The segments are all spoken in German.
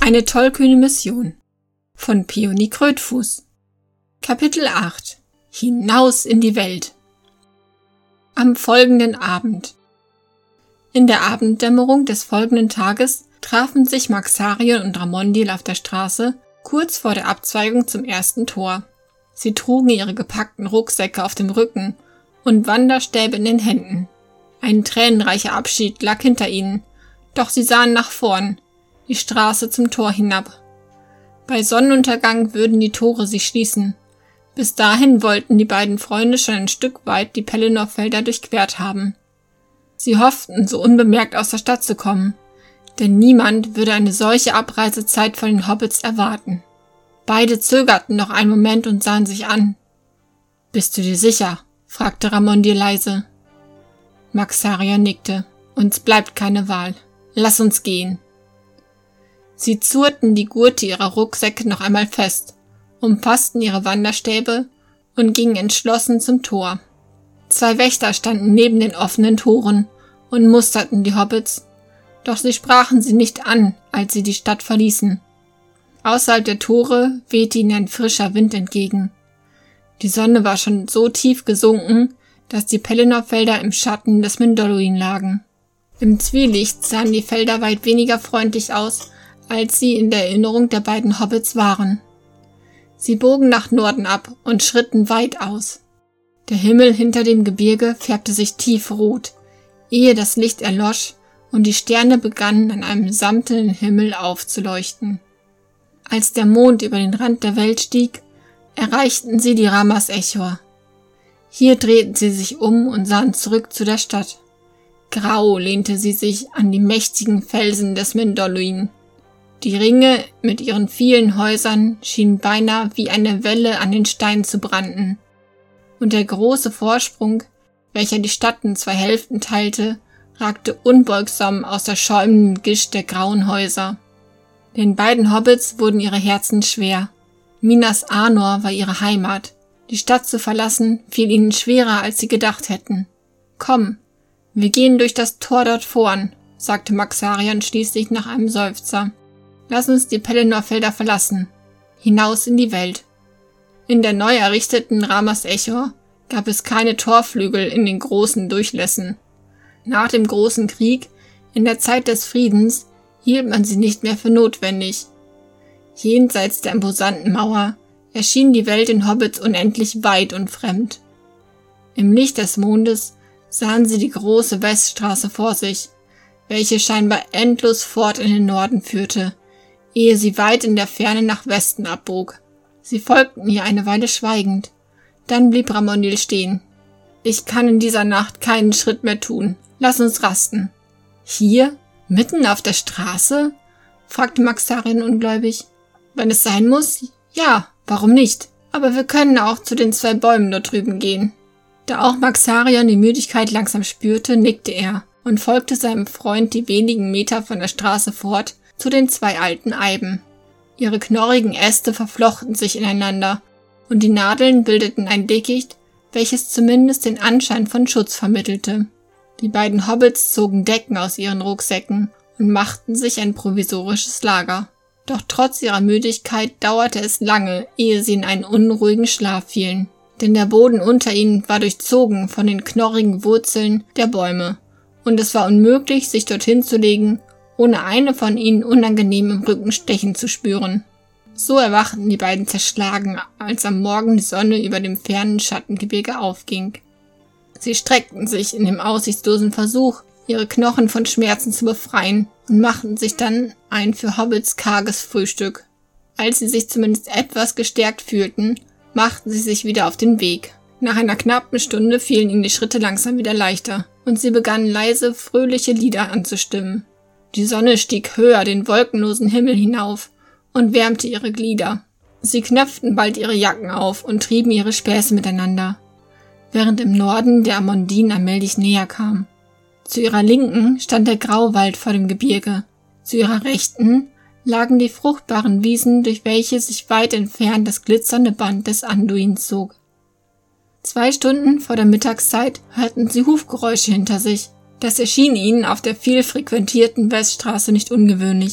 Eine tollkühne Mission von Peony Krötfuß. Kapitel 8 – Hinaus in die Welt. Am folgenden Abend. In der Abenddämmerung des folgenden Tages trafen sich Maxarion und Ramondil auf der Straße, kurz vor der Abzweigung zum ersten Tor. Sie trugen ihre gepackten Rucksäcke auf dem Rücken und Wanderstäbe in den Händen. Ein tränenreicher Abschied lag hinter ihnen, doch sie sahen nach vorn, die Straße zum Tor hinab. Bei Sonnenuntergang würden die Tore sich schließen. Bis dahin wollten die beiden Freunde schon ein Stück weit die Pelennor-Felder durchquert haben. Sie hofften, so unbemerkt aus der Stadt zu kommen, denn niemand würde eine solche Abreisezeit von den Hobbits erwarten. Beide zögerten noch einen Moment und sahen sich an. »Bist du dir sicher?« fragte Ramondil leise. Maxarion nickte. »Uns bleibt keine Wahl. Lass uns gehen.« Sie zurrten die Gurte ihrer Rucksäcke noch einmal fest, umfassten ihre Wanderstäbe und gingen entschlossen zum Tor. 2 Wächter standen neben den offenen Toren und musterten die Hobbits, doch sie sprachen sie nicht an, als sie die Stadt verließen. Außerhalb der Tore wehte ihnen ein frischer Wind entgegen. Die Sonne war schon so tief gesunken, dass die Pelennor-Felder im Schatten des Mindolluin lagen. Im Zwielicht sahen die Felder weit weniger freundlich aus, als sie in der Erinnerung der beiden Hobbits waren. Sie bogen nach Norden ab und schritten weit aus. Der Himmel hinter dem Gebirge färbte sich tiefrot, ehe das Licht erlosch und die Sterne begannen an einem samtenen Himmel aufzuleuchten. Als der Mond über den Rand der Welt stieg, erreichten sie die Ramas Echor. Hier drehten sie sich um und sahen zurück zu der Stadt. Grau lehnte sie sich an die mächtigen Felsen des Mindolluin. Die Ringe mit ihren vielen Häusern schienen beinahe wie eine Welle an den Steinen zu branden. Und der große Vorsprung, welcher die Stadt in 2 Hälften teilte, ragte unbeugsam aus der schäumenden Gischt der grauen Häuser. Den beiden Hobbits wurden ihre Herzen schwer. Minas Anor war ihre Heimat. Die Stadt zu verlassen fiel ihnen schwerer, als sie gedacht hätten. »Komm, wir gehen durch das Tor dort vorn«, sagte Maxarion schließlich nach einem Seufzer. »Lass uns die Pelennor-Felder verlassen. Hinaus in die Welt.« In der neu errichteten Ramas Echor gab es keine Torflügel in den großen Durchlässen. Nach dem großen Krieg, in der Zeit des Friedens, hielt man sie nicht mehr für notwendig. Jenseits der imposanten Mauer erschien die Welt den Hobbits unendlich weit und fremd. Im Licht des Mondes sahen sie die große Weststraße vor sich, welche scheinbar endlos fort in den Norden führte, ehe sie weit in der Ferne nach Westen abbog. Sie folgten ihr eine Weile schweigend. Dann blieb Ramondil stehen. »Ich kann in dieser Nacht keinen Schritt mehr tun. Lass uns rasten.« »Hier? Mitten auf der Straße?« fragte Maxarion ungläubig. »Wenn es sein muss, ja, warum nicht? Aber wir können auch zu den 2 Bäumen dort drüben gehen.« Da auch Maxarion die Müdigkeit langsam spürte, nickte er und folgte seinem Freund die wenigen Meter von der Straße fort zu den 2 alten Eiben. Ihre knorrigen Äste verflochten sich ineinander und die Nadeln bildeten ein Dickicht, welches zumindest den Anschein von Schutz vermittelte. Die beiden Hobbits zogen Decken aus ihren Rucksäcken und machten sich ein provisorisches Lager. Doch trotz ihrer Müdigkeit dauerte es lange, ehe sie in einen unruhigen Schlaf fielen, denn der Boden unter ihnen war durchzogen von den knorrigen Wurzeln der Bäume, und es war unmöglich, sich dorthin zu legen, ohne eine von ihnen unangenehm im Rücken stechen zu spüren. So erwachten die beiden zerschlagen, als am Morgen die Sonne über dem fernen Schattengebirge aufging. Sie streckten sich in dem aussichtslosen Versuch, ihre Knochen von Schmerzen zu befreien und machten sich dann ein für Hobbits karges Frühstück. Als sie sich zumindest etwas gestärkt fühlten, machten sie sich wieder auf den Weg. Nach einer knappen Stunde fielen ihnen die Schritte langsam wieder leichter und sie begannen leise, fröhliche Lieder anzustimmen. Die Sonne stieg höher den wolkenlosen Himmel hinauf und wärmte ihre Glieder. Sie knöpften bald ihre Jacken auf und trieben ihre Späße miteinander, während im Norden der Amondin allmählich näher kam. Zu ihrer Linken stand der Grauwald vor dem Gebirge, zu ihrer Rechten lagen die fruchtbaren Wiesen, durch welche sich weit entfernt das glitzernde Band des Anduin zog. 2 Stunden vor der Mittagszeit hörten sie Hufgeräusche hinter sich. Das erschien ihnen auf der viel frequentierten Weststraße nicht ungewöhnlich.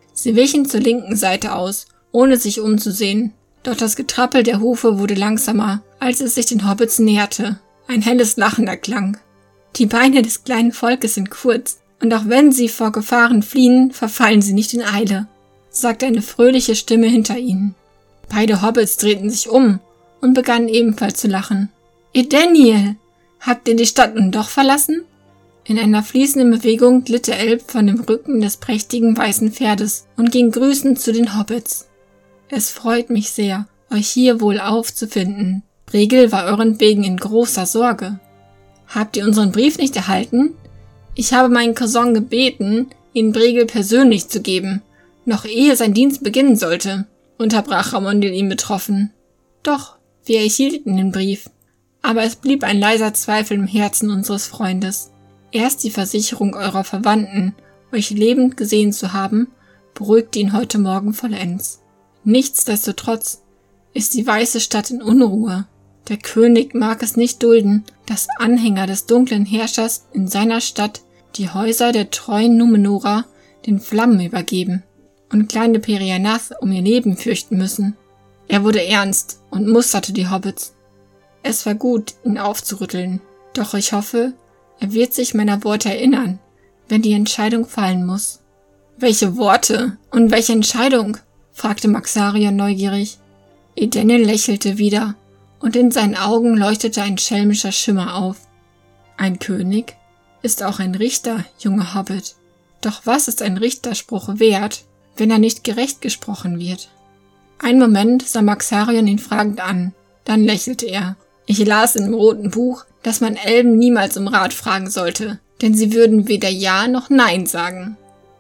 Sie wichen zur linken Seite aus, ohne sich umzusehen. Doch das Getrappel der Hufe wurde langsamer, als es sich den Hobbits näherte. Ein helles Lachen erklang. Die Beine des kleinen Volkes sind kurz, und auch wenn sie vor Gefahren fliehen, verfallen sie nicht in Eile, sagte eine fröhliche Stimme hinter ihnen. Beide Hobbits drehten sich um und begannen ebenfalls zu lachen. Edeniel, habt ihr die Stadt nun doch verlassen? In einer fließenden Bewegung glitt der Elb von dem Rücken des prächtigen weißen Pferdes und ging grüßend zu den Hobbits. Es freut mich sehr, euch hier wohlauf zu finden. Bregel war euretwegen in großer Sorge. Habt ihr unseren Brief nicht erhalten? Ich habe meinen Cousin gebeten, ihn Bregel persönlich zu geben, noch ehe sein Dienst beginnen sollte, unterbrach Ramondel ihn betroffen. Doch, wir erhielten den Brief. Aber es blieb ein leiser Zweifel im Herzen unseres Freundes. Erst die Versicherung eurer Verwandten, euch lebend gesehen zu haben, beruhigte ihn heute Morgen vollends. Nichtsdestotrotz ist die weiße Stadt in Unruhe. Der König mag es nicht dulden, dass Anhänger des dunklen Herrschers in seiner Stadt die Häuser der treuen Numenora den Flammen übergeben und kleine Perianath um ihr Leben fürchten müssen. Er wurde ernst und musterte die Hobbits. Es war gut, ihn aufzurütteln, doch ich hoffe, er wird sich meiner Worte erinnern, wenn die Entscheidung fallen muss. »Welche Worte und welche Entscheidung?« fragte Maxarion neugierig. Edeniel lächelte wieder, und in seinen Augen leuchtete ein schelmischer Schimmer auf. »Ein König ist auch ein Richter, junger Hobbit. Doch was ist ein Richterspruch wert, wenn er nicht gerecht gesprochen wird?« Einen Moment sah Maxarion ihn fragend an, dann lächelte er. »Ich las in dem roten Buch, dass man Elben niemals um Rat fragen sollte, denn sie würden weder Ja noch Nein sagen.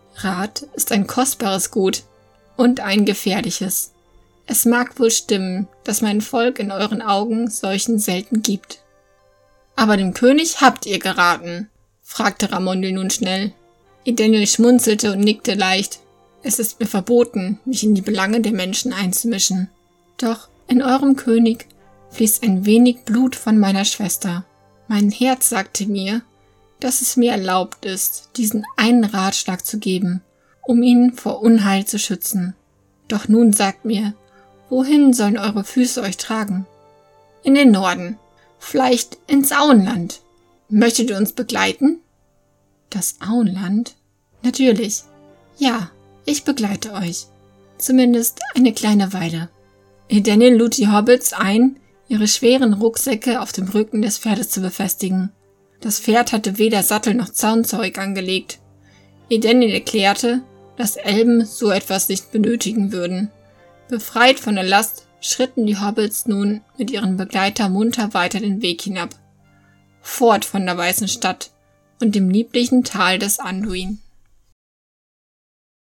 Rat ist ein kostbares Gut und ein gefährliches. Es mag wohl stimmen, dass mein Volk in euren Augen solchen selten gibt.« »Aber dem König habt ihr geraten?« fragte Ramondel nun schnell. Edeniel schmunzelte und nickte leicht. »Es ist mir verboten, mich in die Belange der Menschen einzumischen. Doch in eurem König fließt ein wenig Blut von meiner Schwester. Mein Herz sagte mir, dass es mir erlaubt ist, diesen einen Ratschlag zu geben, um ihn vor Unheil zu schützen. Doch nun sagt mir, wohin sollen eure Füße euch tragen?« »In den Norden, vielleicht ins Auenland. Möchtet ihr uns begleiten?« »Das Auenland? Natürlich. Ja, ich begleite euch. Zumindest eine kleine Weile.« Edeniel lud die Hobbits ein, ihre schweren Rucksäcke auf dem Rücken des Pferdes zu befestigen. Das Pferd hatte weder Sattel noch Zaunzeug angelegt. Edeniel erklärte, dass Elben so etwas nicht benötigen würden. Befreit von der Last schritten die Hobbits nun mit ihren Begleitern munter weiter den Weg hinab, fort von der weißen Stadt und dem lieblichen Tal des Anduin.